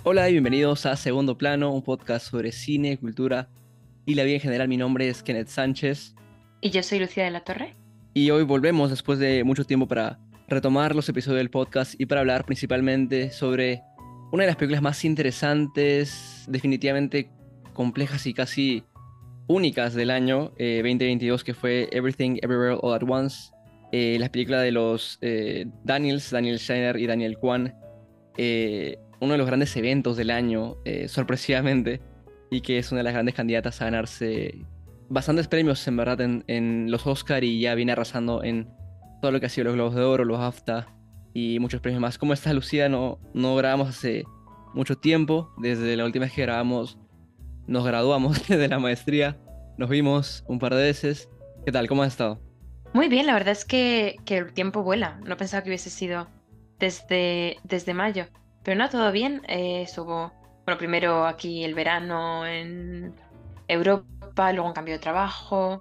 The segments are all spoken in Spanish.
Hola y bienvenidos a Segundo Plano, un podcast sobre cine, cultura y la vida en general. Mi nombre es Kenneth Sánchez Y yo soy Lucía de la Torre. y hoy volvemos después de mucho tiempo para retomar los episodios del podcast y para hablar principalmente sobre una de las películas más interesantes, definitivamente complejas y casi únicas del año 2022, que fue Everything Everywhere All at Once, la película de los Daniel Steiner y Daniel Kwan, uno de los grandes eventos del año, sorpresivamente, y que es una de las grandes candidatas a ganarse bastantes premios, en verdad, en los Oscar, y ya viene arrasando en todo lo que ha sido los Globos de Oro, los BAFTA y muchos premios más. ¿Cómo estás, Lucía? No grabamos hace mucho tiempo. Desde la última vez que grabamos, nos graduamos de la maestría, nos vimos un par de veces. ¿Qué tal? ¿Cómo has estado? Muy bien, la verdad es que el tiempo vuela. No pensaba que hubiese sido desde mayo. Pero no, todo bien. Estuvo, bueno, primero aquí el verano en Europa, luego un cambio de trabajo.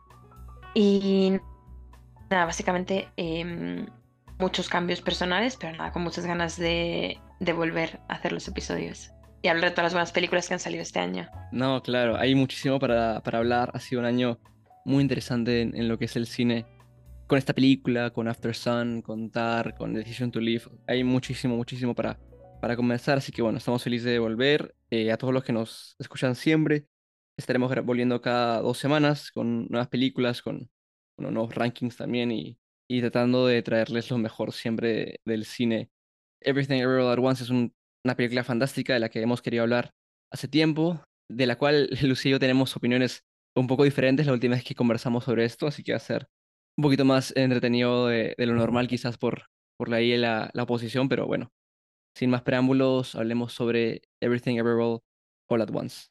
Y nada, básicamente muchos cambios personales, pero nada, con muchas ganas de volver a hacer los episodios. Y hablar de todas las buenas películas que han salido este año. No, claro, hay muchísimo para hablar. Ha sido un año muy interesante en lo que es el cine. Con esta película, con After Sun, con Tar, con Decision to Live. Hay muchísimo para comenzar. Así que bueno, estamos felices de volver. A todos los que nos escuchan siempre, estaremos volviendo cada 2 semanas con nuevas películas, con bueno, nuevos rankings también y tratando de traerles lo mejor siempre del cine. Everything Everywhere All at Once es una película fantástica de la que hemos querido hablar hace tiempo, de la cual Lucía y yo tenemos opiniones un poco diferentes la última vez que conversamos sobre esto, así que va a ser un poquito más entretenido de lo normal, quizás por ahí la oposición, pero bueno, sin más preámbulos, hablemos sobre Everything Everywhere All at Once.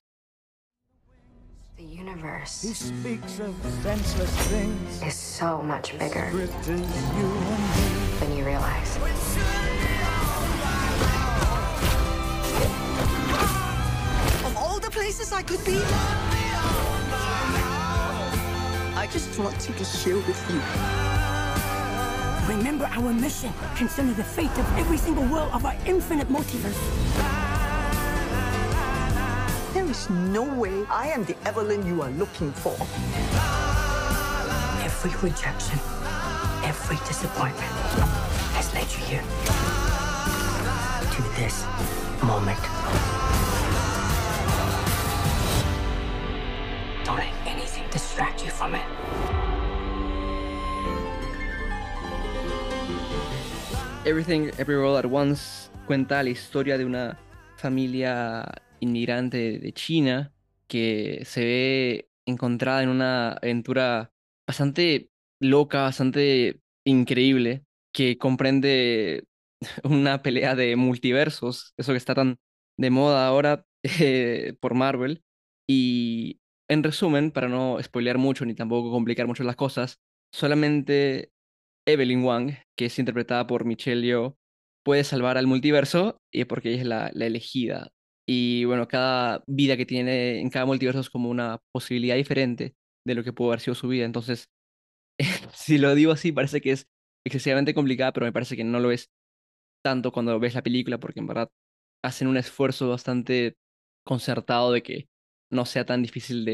The universe He speaks of senseless things is so much bigger written you and than you realize. Of all the places I could be, I just wanted to share with you. Remember our mission concerning the fate of every single world of our infinite multiverse. There is no way I am the Evelyn you are looking for. Every rejection, every disappointment has led you here to this moment. Don't let anything distract you from it. Everything Everywhere All at Once cuenta la historia de una familia inmigrante de China que se ve encontrada en una aventura bastante loca, bastante increíble, que comprende una pelea de multiversos, eso que está tan de moda ahora por Marvel. Y en resumen, para no spoilear mucho ni tampoco complicar mucho las cosas, solamente Evelyn Wang, que es interpretada por Michelle Yeoh, puede salvar al multiverso y porque ella es la elegida. Y bueno, cada vida que tiene en cada multiverso es como una posibilidad diferente de lo que pudo haber sido su vida. Entonces, si lo digo así, parece que es excesivamente complicada, pero me parece que no lo es tanto cuando ves la película, porque en verdad hacen un esfuerzo bastante concertado de que no sea tan difícil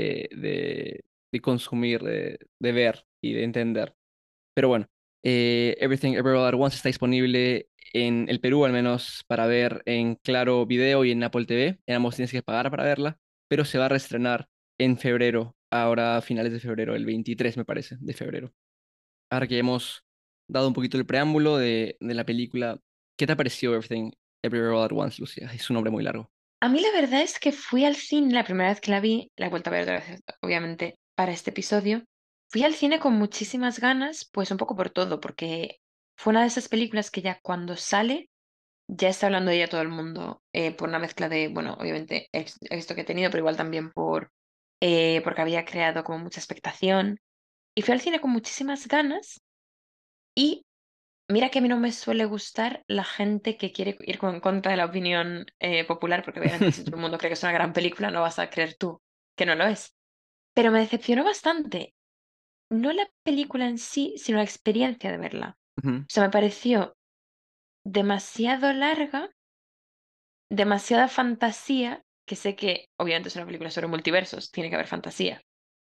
de consumir, de ver y de entender. Pero bueno, Everything Everywhere All at Once está disponible en el Perú, al menos para ver en Claro Video y en Apple TV. En ambos tienes que pagar para verla, pero se va a reestrenar en febrero, ahora a finales de febrero, el 23 me parece, de febrero. Ahora que ya hemos dado un poquito el preámbulo de la película, ¿qué te pareció Everything Everywhere All at Once, Lucia? Es un nombre muy largo. A mí la verdad es que fui al cine la primera vez que la vi, la he vuelto a ver otra vez, obviamente, para este episodio. Fui al cine con muchísimas ganas, pues un poco por todo, porque fue una de esas películas que ya cuando sale, ya está hablando de ella todo el mundo, por una mezcla de, bueno, obviamente, esto que he tenido, pero igual también porque había creado como mucha expectación. Y fui al cine con muchísimas ganas y mira que a mí no me suele gustar la gente que quiere ir en contra de la opinión popular, porque obviamente si todo el mundo cree que es una gran película, no vas a creer tú que no lo es. Pero me decepcionó bastante, no la película en sí, sino la experiencia de verla. Ujú. O sea, me pareció demasiado larga demasiada fantasía, que sé que obviamente es una película sobre multiversos, tiene que haber fantasía.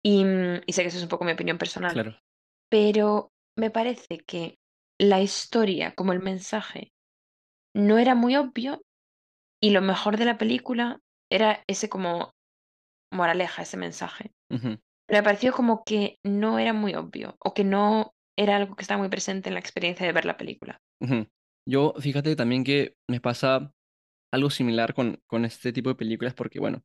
Y sé que eso es un poco mi opinión personal, Claro. pero me parece que la historia, como el mensaje, no era muy obvio y lo mejor de la película era ese como moraleja, ese mensaje. Ujú, Pero me pareció como que no era muy obvio o que no era algo que estaba muy presente en la experiencia de ver la película. ujú. Yo, fíjate también que me pasa algo similar con este tipo de películas porque, bueno,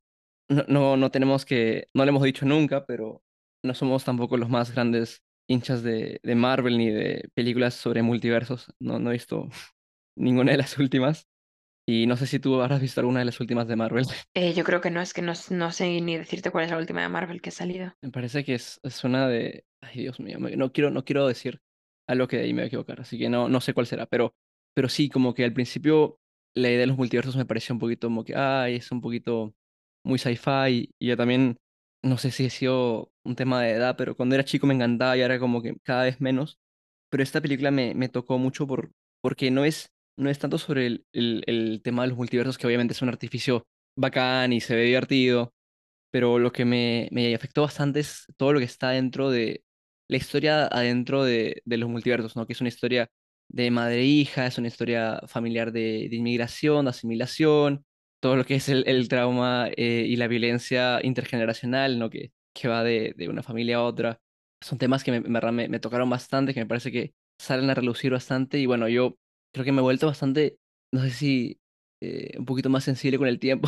no tenemos no lo hemos dicho nunca, pero no somos tampoco los más grandes hinchas de Marvel ni de películas sobre multiversos. No he visto ninguna de las últimas. Y no sé si tú habrás visto alguna de las últimas de Marvel. Yo creo que no, es que no sé ni decirte cuál es la última de Marvel que ha salido. Me parece que es una de... Ay, Dios mío, no quiero decir algo que de ahí me voy a equivocar, así que no sé cuál será, pero sí, como que al principio la idea de los multiversos me pareció un poquito como que, ay, es un poquito muy sci-fi, y yo también, no sé si ha sido un tema de edad, pero cuando era chico me encantaba y ahora como que cada vez menos, pero esta película me tocó mucho porque no es tanto sobre el tema de los multiversos, que obviamente es un artificio bacán y se ve divertido, pero lo que me afectó bastante es todo lo que está dentro de la historia adentro de los multiversos, ¿no? Que es una historia de madre e hija, es una historia familiar de inmigración, de asimilación, todo lo que es el trauma y la violencia intergeneracional, ¿no? Que va de una familia a otra. Son temas que me tocaron bastante, que me parece que salen a relucir bastante y bueno, yo creo que me he vuelto bastante, no sé si un poquito más sensible con el tiempo,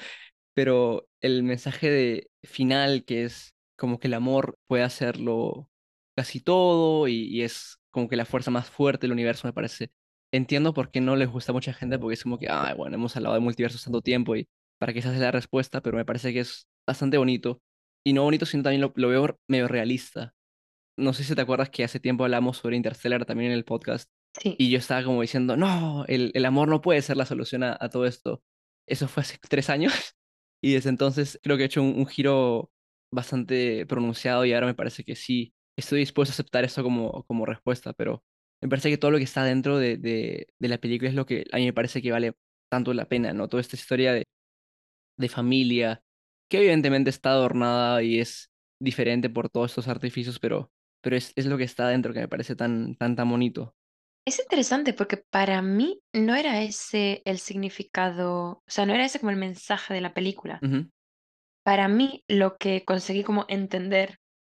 pero el mensaje de final, que es como que el amor puede hacerlo casi todo y es como que la fuerza más fuerte del universo, me parece. Entiendo por qué no les gusta a mucha gente, porque es como que, ah, bueno, hemos hablado de multiversos tanto tiempo y para que esa sea la respuesta, pero me parece que es bastante bonito. Y no bonito, sino también lo veo medio realista. No sé si te acuerdas que hace tiempo hablamos sobre Interstellar también en el podcast Sí. y yo estaba como diciendo, no, el amor no puede ser la solución a todo esto. Eso fue hace 3 años y desde entonces creo que he hecho un giro bastante pronunciado y ahora me parece que sí, estoy dispuesto a aceptar esto como respuesta, pero me parece que todo lo que está dentro de la película es lo que a mí me parece que vale tanto la pena, ¿no? Toda esta historia de familia, que evidentemente está adornada y es diferente por todos estos artificios, pero es lo que está dentro que me parece tan bonito. Es interesante porque para mí no era ese el significado, o sea, no era ese como el mensaje de la película. Ujú, Para mí lo que conseguí como entender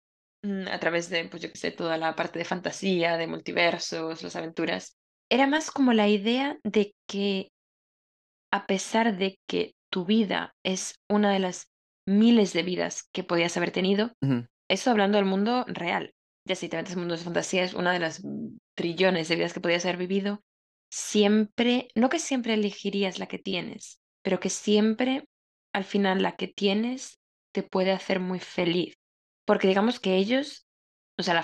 a través de, pues yo qué sé, toda la parte de fantasía, de multiversos, las aventuras, era más como la idea de que a pesar de que tu vida es una de las miles de vidas que podías haber tenido, ujú, eso hablando del mundo real. Ya si te metes en mundos de fantasía, es una de las trillones de vidas que podías haber vivido. Siempre, no que siempre elegirías la que tienes, pero que siempre, al final, la que tienes te puede hacer muy feliz. Porque digamos que ellos, o sea,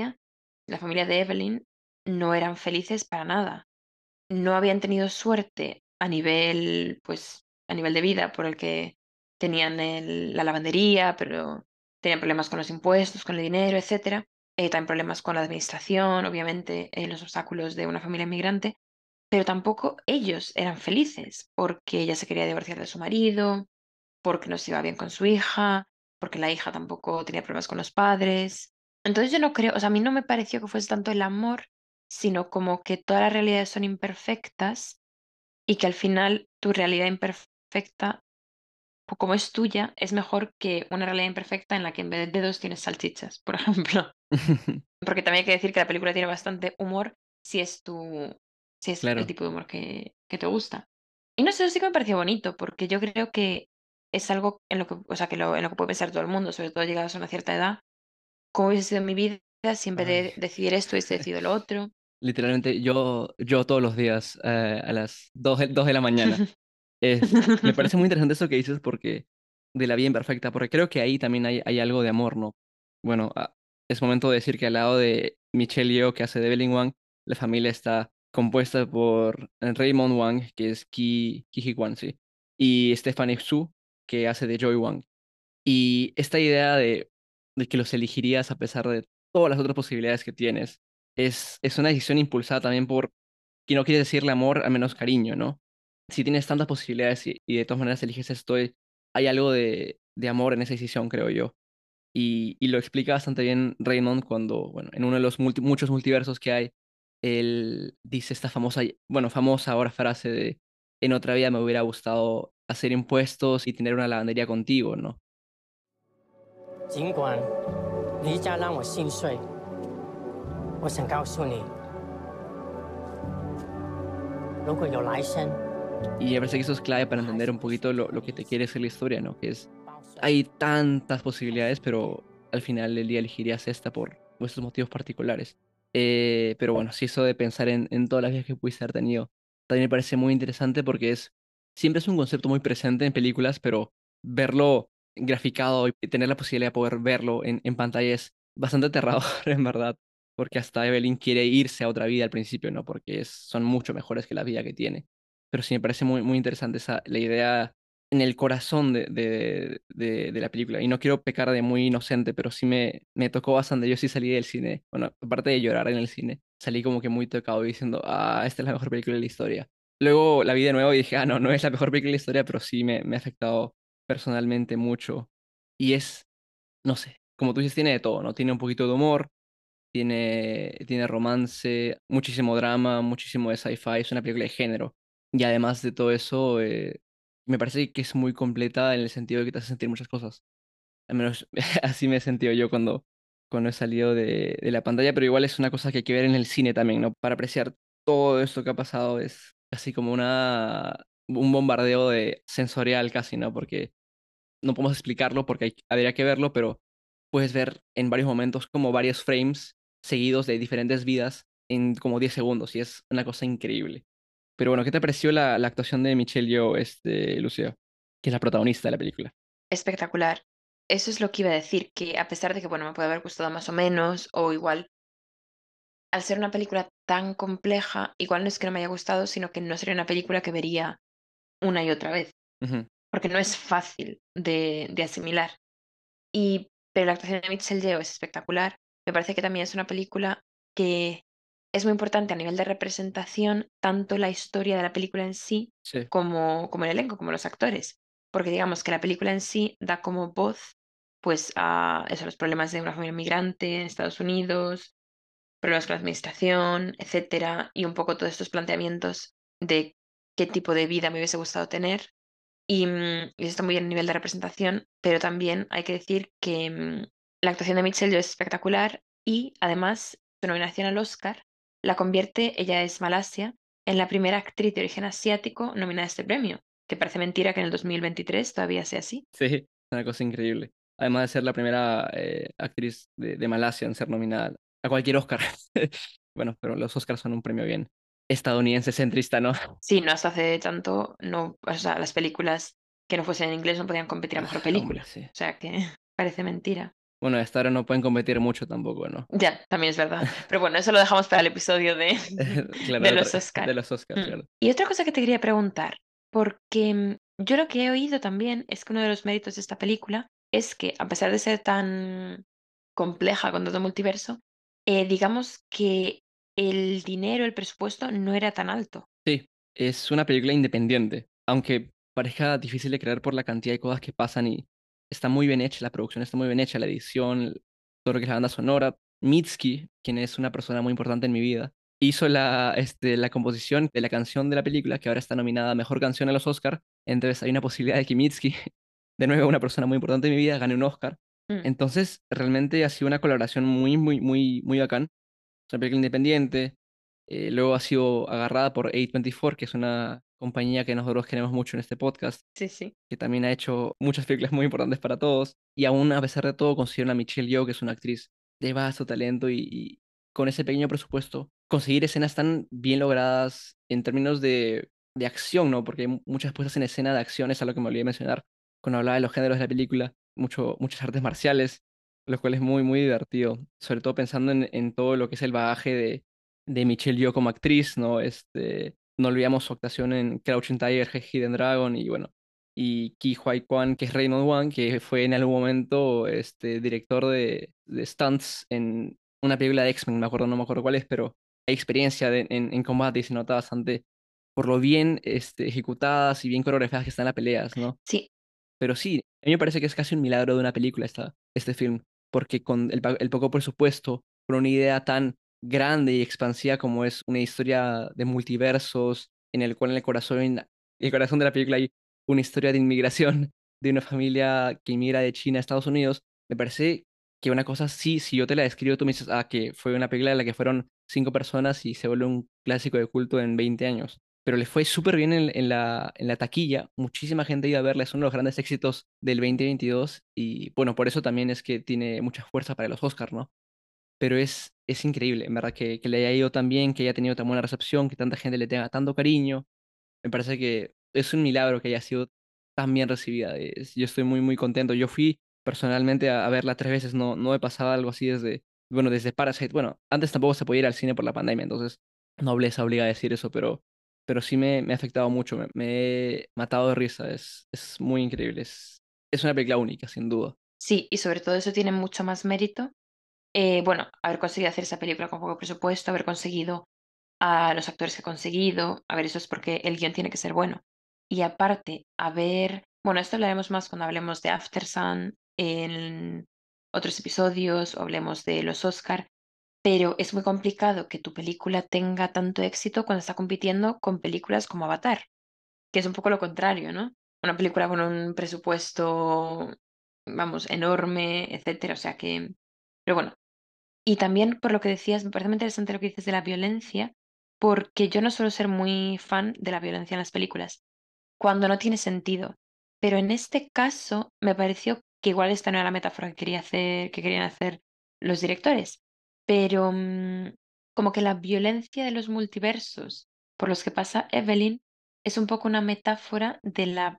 la familia de Evelyn, no eran felices para nada. No habían tenido suerte a nivel, pues, a nivel de vida por el que tenían la lavandería, pero tenían problemas con los impuestos, con el dinero, etcétera. También problemas con la administración, obviamente, los obstáculos de una familia inmigrante, pero tampoco ellos eran felices porque ella se quería divorciar de su marido, porque no se iba bien con su hija, porque la hija tampoco tenía problemas con los padres. Entonces yo no creo, o sea, a mí no me pareció que fuese tanto el amor, sino como que todas las realidades son imperfectas y que al final tu realidad imperfecta, como es tuya, es mejor que una realidad imperfecta en la que en vez de dedos tienes salchichas, por ejemplo. Porque también hay que decir que la película tiene bastante humor si es si es el Claro. tipo de humor que te gusta. Y no sé, eso sí que me pareció bonito, porque yo creo que es algo en lo que, o sea, en lo que puede pensar todo el mundo, sobre todo llegados a una cierta edad. ¿Cómo hubiese sido mi vida si en vez Ay. de decidir esto hubiese decidido lo otro? Literalmente, yo todos los días a las 2 de la mañana. Me parece muy interesante eso que dices porque de la vida imperfecta, porque creo que ahí también hay algo de amor, ¿no? Bueno, es momento de decir que al lado de Michelle Yeoh, que hace de Evelyn Wang, la familia está compuesta por Raymond Wang, que es Ki Hee-kwan, sí, y Stephanie Hsu, que hace de Joy Wang. Y esta idea de que los elegirías a pesar de todas las otras posibilidades que tienes, es una decisión impulsada también por que no quiere decirle amor, al menos cariño, ¿no? si tienes tantas posibilidades y de todas maneras eliges esto, hay algo de amor en esa decisión, creo yo. Y lo explica bastante bien Raymond cuando, bueno, en uno de los muchos multiversos que hay, él dice esta famosa ahora frase de, en otra vida me hubiera gustado hacer impuestos y tener una lavandería contigo, ¿no? 尽管离家让我心碎，我想告诉你，如果有来生， Y me parece que eso es clave para entender un poquito lo que te quiere decir la historia, ¿no? Que es, hay tantas posibilidades, pero al final del día elegirías esta por vuestros motivos particulares. Pero bueno, sí, eso de pensar en todas las vidas que pudiste haber tenido, también me parece muy interesante porque siempre es un concepto muy presente en películas, pero verlo graficado y tener la posibilidad de poder verlo en pantalla es bastante aterrador, en verdad, porque hasta Evelyn quiere irse a otra vida al principio, ¿no? Porque son mucho mejores que la vida que tiene. Pero sí me parece muy, muy interesante la idea en el corazón de la película. Y no quiero pecar de muy inocente, pero sí me tocó bastante. Yo sí salí del cine, bueno, aparte de llorar en el cine, salí como que muy tocado diciendo, esta es la mejor película de la historia. Luego la vi de nuevo y dije, no, no es la mejor película de la historia, pero sí me ha afectado personalmente mucho. Y no sé, como tú dices, tiene de todo, ¿no? Tiene un poquito de humor, tiene romance, muchísimo drama, muchísimo de sci-fi, es una película de género. Y además de todo eso, me parece que es muy completa en el sentido de que te hace sentir muchas cosas. Al menos así me he sentido yo cuando he salido de la pantalla, pero igual es una cosa que hay que ver en el cine también, ¿no? Para apreciar todo esto que ha pasado es casi como un bombardeo sensorial casi, ¿no? Porque no podemos explicarlo porque habría que verlo, pero puedes ver en varios momentos como varios frames seguidos de diferentes vidas en como 10 segundos y es una cosa increíble. Pero bueno, ¿qué te pareció la actuación de Michelle Yeoh, Lucio, que es la protagonista de la película? Espectacular. Eso es lo que iba a decir, que a pesar de que, bueno, me puede haber gustado más o menos, o igual, al ser una película tan compleja, igual no es que no me haya gustado, sino que no sería una película que vería una y otra vez, Ujú. porque no es fácil de asimilar. Pero la actuación de Michelle Yeoh es espectacular. Me parece que también es una película que es muy importante a nivel de representación, tanto la historia de la película en sí Sí, como el elenco, como los actores. Porque digamos que la película en sí da como voz pues a eso, los problemas de una familia migrante en Estados Unidos, problemas con la administración, etcétera, y un poco todos estos planteamientos de qué tipo de vida me hubiese gustado tener y eso está muy bien a nivel de representación, pero también hay que decir que la actuación de Michelle Yeoh es espectacular y además su nominación al Oscar la convierte, ella es malasia, en la primera actriz de origen asiático nominada a este premio, que parece mentira que en el 2023 todavía sea así. sí, es una cosa increíble. Además de ser la primera actriz de Malasia en ser nominada a cualquier Oscar. Bueno, pero los Oscars son un premio bien estadounidense centrista, ¿no? Sí, no hasta hace tanto, no, o sea, las películas que no fuesen en inglés no podían competir a mejor Hombre, película. sí. O sea que parece mentira. Bueno, hasta ahora no pueden competir mucho tampoco, ¿no? Ya, también es verdad. Pero bueno, eso lo dejamos para el episodio de, Claro, de los de Oscar. los Oscars, claro. Y otra cosa que te quería preguntar, porque yo lo que he oído también es que uno de los méritos de esta película es que, a pesar de ser tan compleja con todo el multiverso, digamos que el dinero, el presupuesto no era tan alto. Sí, es una película independiente, aunque parezca difícil de creer por la cantidad de cosas que pasan y está muy bien hecha, la producción está muy bien hecha, la edición, todo lo que es la banda sonora. Mitski, quien es una persona muy importante en mi vida, hizo la composición de la canción de la película, que ahora está nominada a Mejor Canción en los Oscar. Entonces hay una posibilidad de que Mitski, de nuevo una persona muy importante en mi vida, gane un Oscar. Mm, Entonces realmente ha sido una colaboración muy, muy, muy, muy bacán. Es una película independiente. Luego ha sido agarrada por A24, que es una compañía que nosotros queremos mucho en este podcast, sí, sí. que también ha hecho muchas películas muy importantes para todos. Y aún a pesar de todo, considero a Michelle Yeoh, que es una actriz de vasto talento y con ese pequeño presupuesto, conseguir escenas tan bien logradas en términos de acción, ¿no? Porque hay muchas puestas en escena de acción, es algo que me olvidé mencionar cuando hablaba de los géneros de la película, muchas artes marciales, lo cual es muy, muy divertido, sobre todo pensando en todo lo que es el bagaje de Michelle Yeoh como actriz, ¿no? No olvidamos su actuación en Crouching Tiger, Hidden Dragon y bueno, y Ki Huai Kwan, que es Raymond Wang, que fue en algún momento director de stunts en una película de X-Men, no me acuerdo cuál es, pero hay experiencia en combate y se nota bastante por lo bien ejecutadas y bien coreografiadas que están las peleas, ¿no? Sí, Pero sí, a mí me parece que es casi un milagro de una película este film, porque con el poco presupuesto, con una idea tan grande y expansiva como es una historia de multiversos, en el cual en el corazón de la película hay una historia de inmigración de una familia que inmigra de China a Estados Unidos, me parece que una cosa sí, si yo te la describo, tú me dices, que fue una película en la que fueron 5 personas y se vuelve un clásico de culto en 20 años, pero le fue súper bien en la taquilla. Muchísima gente iba a verla, es uno de los grandes éxitos del 2022 y bueno, por eso también es que tiene mucha fuerza para los Oscars, ¿no? Pero es increíble, en verdad, que le haya ido tan bien, que haya tenido tan buena recepción, que tanta gente le tenga tanto cariño. Me parece que es un milagro que haya sido tan bien recibida. Yo estoy muy, muy contento. Yo fui personalmente a verla 3 veces, no me pasaba algo así desde Parasite. Bueno, antes tampoco se podía ir al cine por la pandemia, entonces nobleza obliga a decir eso, pero sí me ha afectado mucho, me he matado de risa, es muy increíble, es una película única, sin duda. sí, y sobre todo eso tiene mucho más mérito. Bueno, haber conseguido hacer esa película con poco presupuesto, haber conseguido a los actores que ha conseguido, a ver, eso es porque el guión tiene que ser bueno. Y aparte, bueno, esto hablaremos más cuando hablemos de After Sun en otros episodios o hablemos de los Oscar, pero es muy complicado que tu película tenga tanto éxito cuando está compitiendo con películas como Avatar, que es un poco lo contrario, ¿no? Una película con un presupuesto, vamos, enorme, etcétera, o sea que, pero bueno, y también por lo que decías, me parece muy interesante lo que dices de la violencia, porque yo no suelo ser muy fan de la violencia en las películas, cuando no tiene sentido. Pero en este caso me pareció que igual esta no era la metáfora que querían hacer los directores, pero como que la violencia de los multiversos por los que pasa Evelyn es un poco una metáfora de la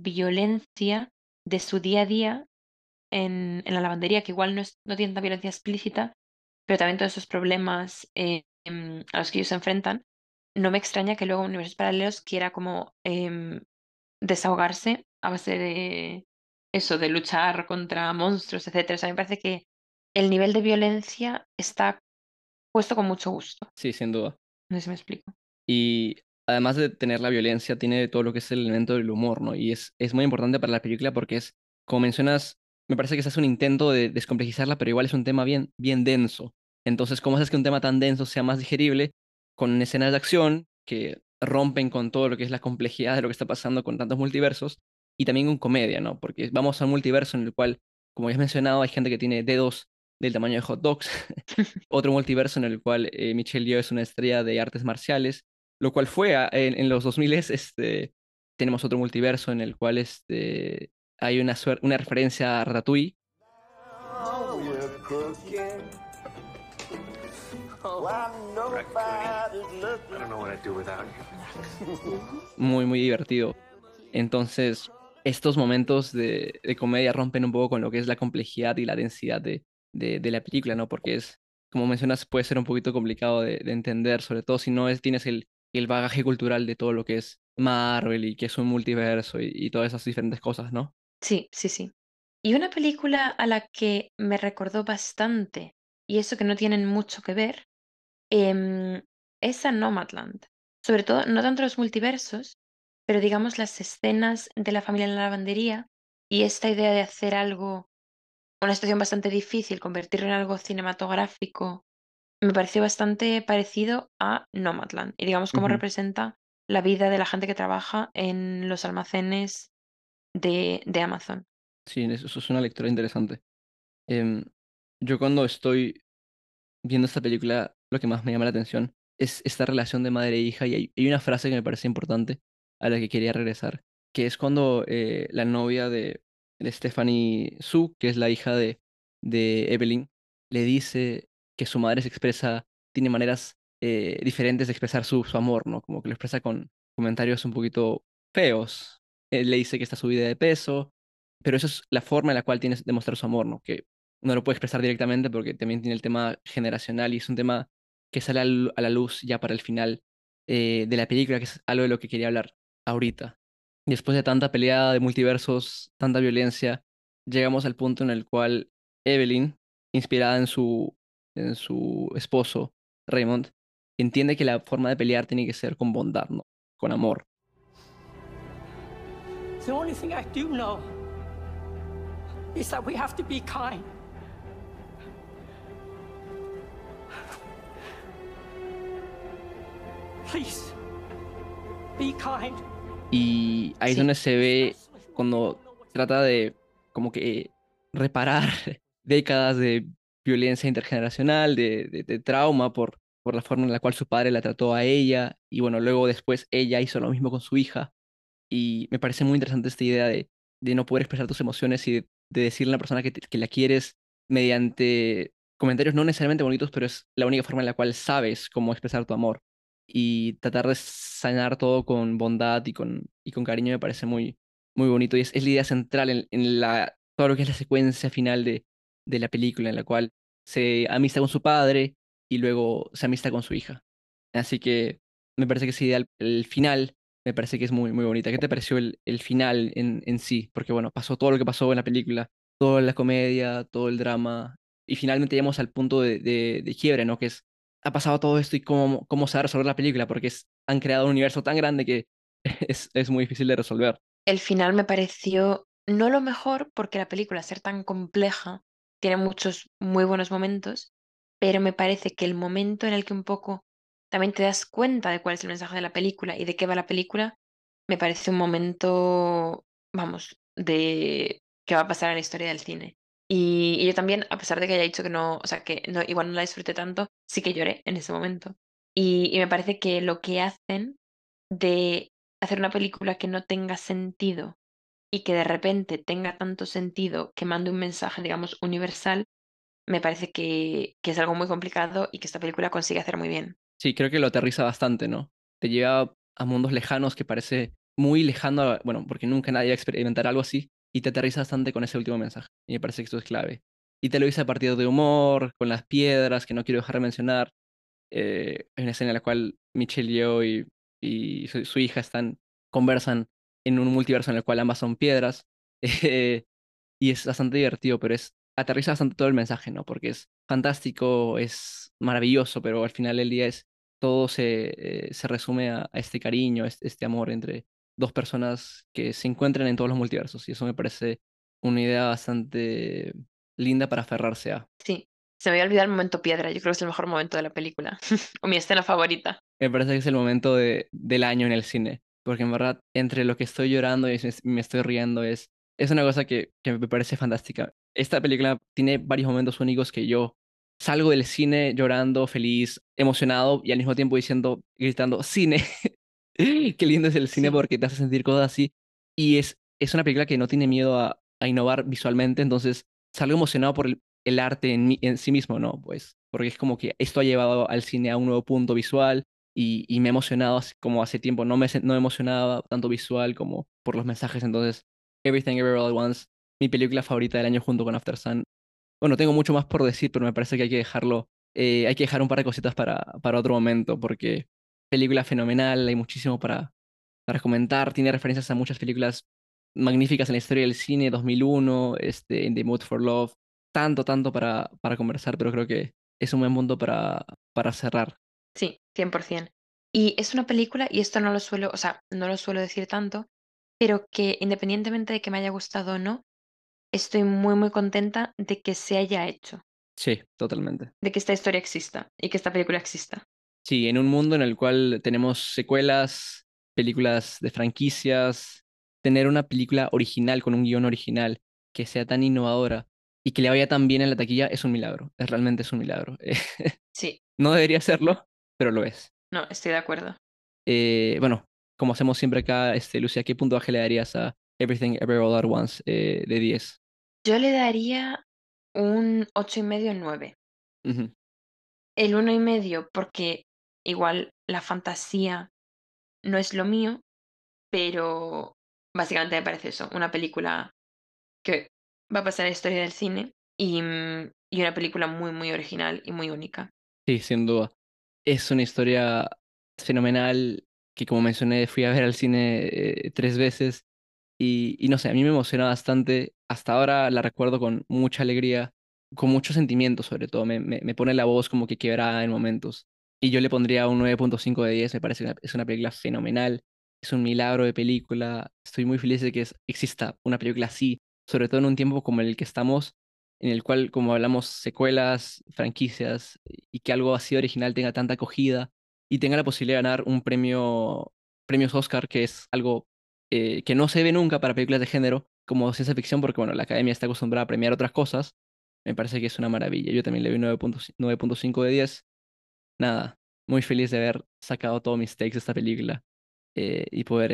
violencia de su día a día en la lavandería, que igual no tiene tanta violencia explícita, pero también todos esos problemas a los que ellos se enfrentan. No me extraña que luego Universos Paralelos quiera como desahogarse a base de eso, de luchar contra monstruos, etcétera. O sea, me parece que el nivel de violencia está puesto con mucho gusto. Sí, sin duda. No sé si me explico. Y además de tener la violencia, tiene todo lo que es el elemento del humor, ¿no? Y es muy importante para la película porque como mencionas, me parece que se hace un intento de descomplejizarla, pero igual es un tema bien, bien denso. Entonces, ¿cómo haces que un tema tan denso sea más digerible con escenas de acción que rompen con todo lo que es la complejidad de lo que está pasando con tantos multiversos y también con comedia, ¿no? Porque vamos a un multiverso en el cual, como ya has mencionado, hay gente que tiene dedos del tamaño de hot dogs, otro multiverso en el cual Michelle Yeoh es una estrella de artes marciales, lo cual fue en los 2000 tenemos otro multiverso en el cual hay una referencia a Ratatouille, Now we're cooking. While nobody's looking. muy, muy divertido. Entonces, estos momentos de comedia rompen un poco con lo que es la complejidad y la densidad de la película, ¿no? Porque como mencionas, puede ser un poquito complicado de entender, sobre todo si no tienes el bagaje cultural de todo lo que es Marvel y que es un multiverso y todas esas diferentes cosas, ¿no? Sí, sí, sí. Y una película a la que me recordó bastante, y eso que no tienen mucho que ver, es a Nomadland. Sobre todo, no tanto los multiversos, pero digamos las escenas de la familia en la lavandería y esta idea de hacer algo, una situación bastante difícil, convertirlo en algo cinematográfico, me pareció bastante parecido a Nomadland. Y digamos cómo Ujú. representa la vida de la gente que trabaja en los almacenes de Amazon. Sí, eso es una lectura interesante. Em, yo cuando estoy viendo esta película, lo que más me llama la atención es esta relación de madre e hija y hay una frase que me parece importante a la que quería regresar, que es cuando la novia de Stephanie Su, que es la hija de Evelyn, le dice que su madre se expresa, tiene maneras diferentes de expresar su amor, ¿no? Como que lo expresa con comentarios un poquito feos. Él le dice que está subida de peso, pero eso es la forma en la cual tienes de mostrar su amor, ¿no? Que no lo puede expresar directamente porque también tiene el tema generacional y es un tema que sale a la luz ya para el final de la película, que es algo de lo que quería hablar ahorita. Después de tanta pelea de multiversos, tanta violencia, llegamos al punto en el cual Evelyn, inspirada en su esposo, Raymond, entiende que la forma de pelear tiene que ser con bondad, ¿no? con amor. The only thing I do know is that we have to be kind. Please, be kind. Y ahí es Sí. donde se ve cuando trata de como que reparar décadas de violencia intergeneracional, de trauma por la forma en la cual su padre la trató a ella. Y bueno, luego después ella hizo lo mismo con su hija. Y me parece muy interesante esta idea de no poder expresar tus emociones y de decirle a la persona que la quieres mediante comentarios no necesariamente bonitos, pero es la única forma en la cual sabes cómo expresar tu amor. Y tratar de sanar todo con bondad y con cariño me parece muy, muy bonito. Y es la idea central en todo lo que es la secuencia final de la película, en la cual se amista con su padre y luego se amista con su hija. Así que me parece que es ideal. El final me parece que es muy, muy bonita. ¿Qué te pareció el final en sí? Porque bueno, pasó todo lo que pasó en la película, toda la comedia, todo el drama, y finalmente llegamos al punto de quiebre, ¿no? Que es, ha pasado todo esto y cómo se va a resolver la película, porque han creado un universo tan grande que es muy difícil de resolver. El final me pareció no lo mejor porque la película, al ser tan compleja, tiene muchos muy buenos momentos, pero me parece que el momento en el que un poco también te das cuenta de cuál es el mensaje de la película y de qué va la película, me parece un momento, vamos, de que va a pasar a la historia del cine. Y yo también, a pesar de que haya dicho que no, o sea, que no, igual no la disfruté tanto, sí que lloré en ese momento. Y me parece que lo que hacen de hacer una película que no tenga sentido y que de repente tenga tanto sentido que mande un mensaje, digamos, universal, me parece que es algo muy complicado y que esta película consigue hacer muy bien. Sí, creo que lo aterriza bastante, ¿no? Te lleva a mundos lejanos que parece muy lejano, bueno, porque nunca nadie va a experimentar algo así, y te aterriza bastante con ese último mensaje. Y me parece que esto es clave. Y te lo dice a partir de humor, con las piedras, que no quiero dejar de mencionar. Hay una escena en la cual Michelle Yeoh y su hija conversan en un multiverso en el cual ambas son piedras. eh, y es bastante divertido, pero aterriza bastante todo el mensaje, ¿no? Porque es fantástico, es maravilloso, pero al final del día todo se resume a este cariño, este amor entre dos personas que se encuentran en todos los multiversos. Y eso me parece una idea bastante linda para aferrarse a. Sí, se me había olvidado el momento piedra, yo creo que es el mejor momento de la película, o mi escena favorita. Me parece que es el momento del año en el cine, porque en verdad, entre lo que estoy llorando y me estoy riendo, es una cosa que me parece fantástica. Esta película tiene varios momentos únicos que yo salgo del cine llorando, feliz, emocionado y al mismo tiempo gritando, cine. Qué lindo es el cine Sí, porque te hace sentir cosas así. Y es una película que no tiene miedo a innovar visualmente, entonces salgo emocionado por el arte en sí mismo, ¿no? Pues, porque es como que esto ha llevado al cine a un nuevo punto visual y me ha emocionado como hace tiempo no me emocionaba tanto visual como por los mensajes. Entonces, Everything Everywhere All at Once, mi película favorita del año junto con After Sun. Bueno, tengo mucho más por decir, pero me parece que hay que dejar un par de cositas para otro momento, porque película fenomenal, hay muchísimo para comentar, tiene referencias a muchas películas magníficas en la historia del cine, 2001, In the Mood for Love, tanto para conversar, pero creo que es un buen punto para cerrar. sí, 100%. Y es una película, y esto no lo suelo, o sea, no lo suelo decir tanto, pero que independientemente de que me haya gustado o no, estoy muy, muy contenta de que se haya hecho, Sí, totalmente. de que esta historia exista y que esta película exista. Sí, en un mundo en el cual tenemos secuelas, películas de franquicias, tener una película original con un guión original que sea tan innovadora y que le vaya tan bien en la taquilla es un milagro. Realmente es un milagro. Sí, No debería ujú, serlo, pero lo es. no, estoy de acuerdo. Bueno, como hacemos siempre acá, Lucia, ¿qué puntaje le darías a Everything Everywhere All at Once de 10? Yo le daría un 8,5 9. Ujú. El 1,5 porque igual la fantasía no es lo mío, pero básicamente me parece eso, una película que va a pasar a la historia del cine y una película muy, muy original y muy única. Sí, sin duda. Es una historia fenomenal que, como mencioné, fui a ver al cine 3 veces y no sé, a mí me emociona bastante. Hasta ahora la recuerdo con mucha alegría, con mucho sentimiento sobre todo. Me pone la voz como que quebrada en momentos. y yo le pondría un 9.5 de 10. Me parece es una película fenomenal, es un milagro de película. Estoy muy feliz de que exista una película así, sobre todo en un tiempo como el que estamos, en el cual, como hablamos, secuelas, franquicias, y que algo así original tenga tanta acogida y tenga la posibilidad de ganar un premios Oscar, que es algo que no se ve nunca para películas de género, como ciencia ficción, porque bueno, la academia está acostumbrada a premiar otras cosas. Me parece que es una maravilla. Yo también le doy 9.5 de 10. Nada, muy feliz de haber sacado todos mis takes de esta película, y poder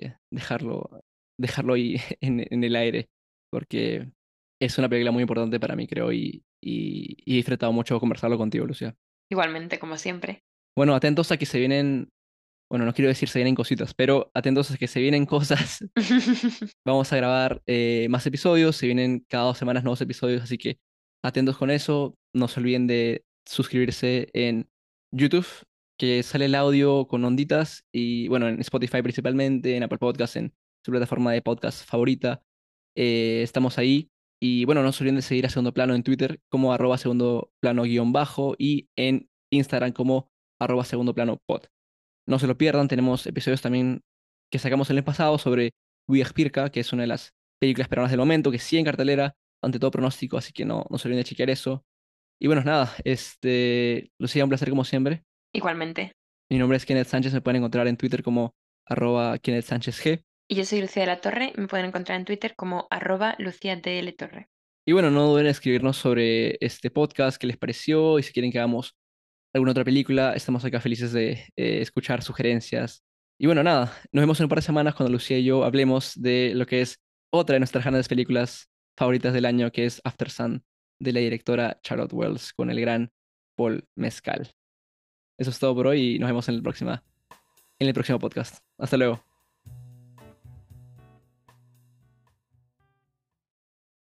dejarlo ahí en el aire, porque es una película muy importante para mí, creo, y he disfrutado mucho conversarlo contigo, Lucía. Igualmente, como siempre. Bueno, atentos a que se vienen, bueno, no quiero decir se vienen cositas, pero atentos a que se vienen cosas. Vamos a grabar más episodios, se vienen cada 2 semanas nuevos episodios, así que atentos con eso. No se olviden de suscribirse en YouTube, que sale el audio con onditas, y bueno, en Spotify principalmente, en Apple Podcasts, en su plataforma de podcast favorita. Estamos ahí. Y bueno, no se olviden de seguir a Segundo Plano en Twitter como @segundo plano guión bajo y en Instagram como @segundo plano pod. No se lo pierdan, tenemos episodios también que sacamos el mes pasado sobre Guía Pirca, que es una de las películas peruanas del momento, que sigue en cartelera ante todo pronóstico, así que no se olviden de chequear eso. Y bueno, nada, Lucía, un placer como siempre. Igualmente. Mi nombre es Kenneth Sánchez, me pueden encontrar en Twitter como @KennethSánchezG. Y yo soy Lucía de la Torre, me pueden encontrar en Twitter como @LuciaDLTorre. Y bueno, no duden en escribirnos sobre este podcast, qué les pareció, y si quieren que hagamos alguna otra película, estamos acá felices de escuchar sugerencias. Y bueno, nada, nos vemos en un par de semanas cuando Lucía y yo hablemos de lo que es otra de nuestras grandes películas favoritas del año, que es After Sun, de la directora Charlotte Wells, con el gran Paul Mescal. Eso es todo por hoy y nos vemos en el próximo podcast. Hasta luego.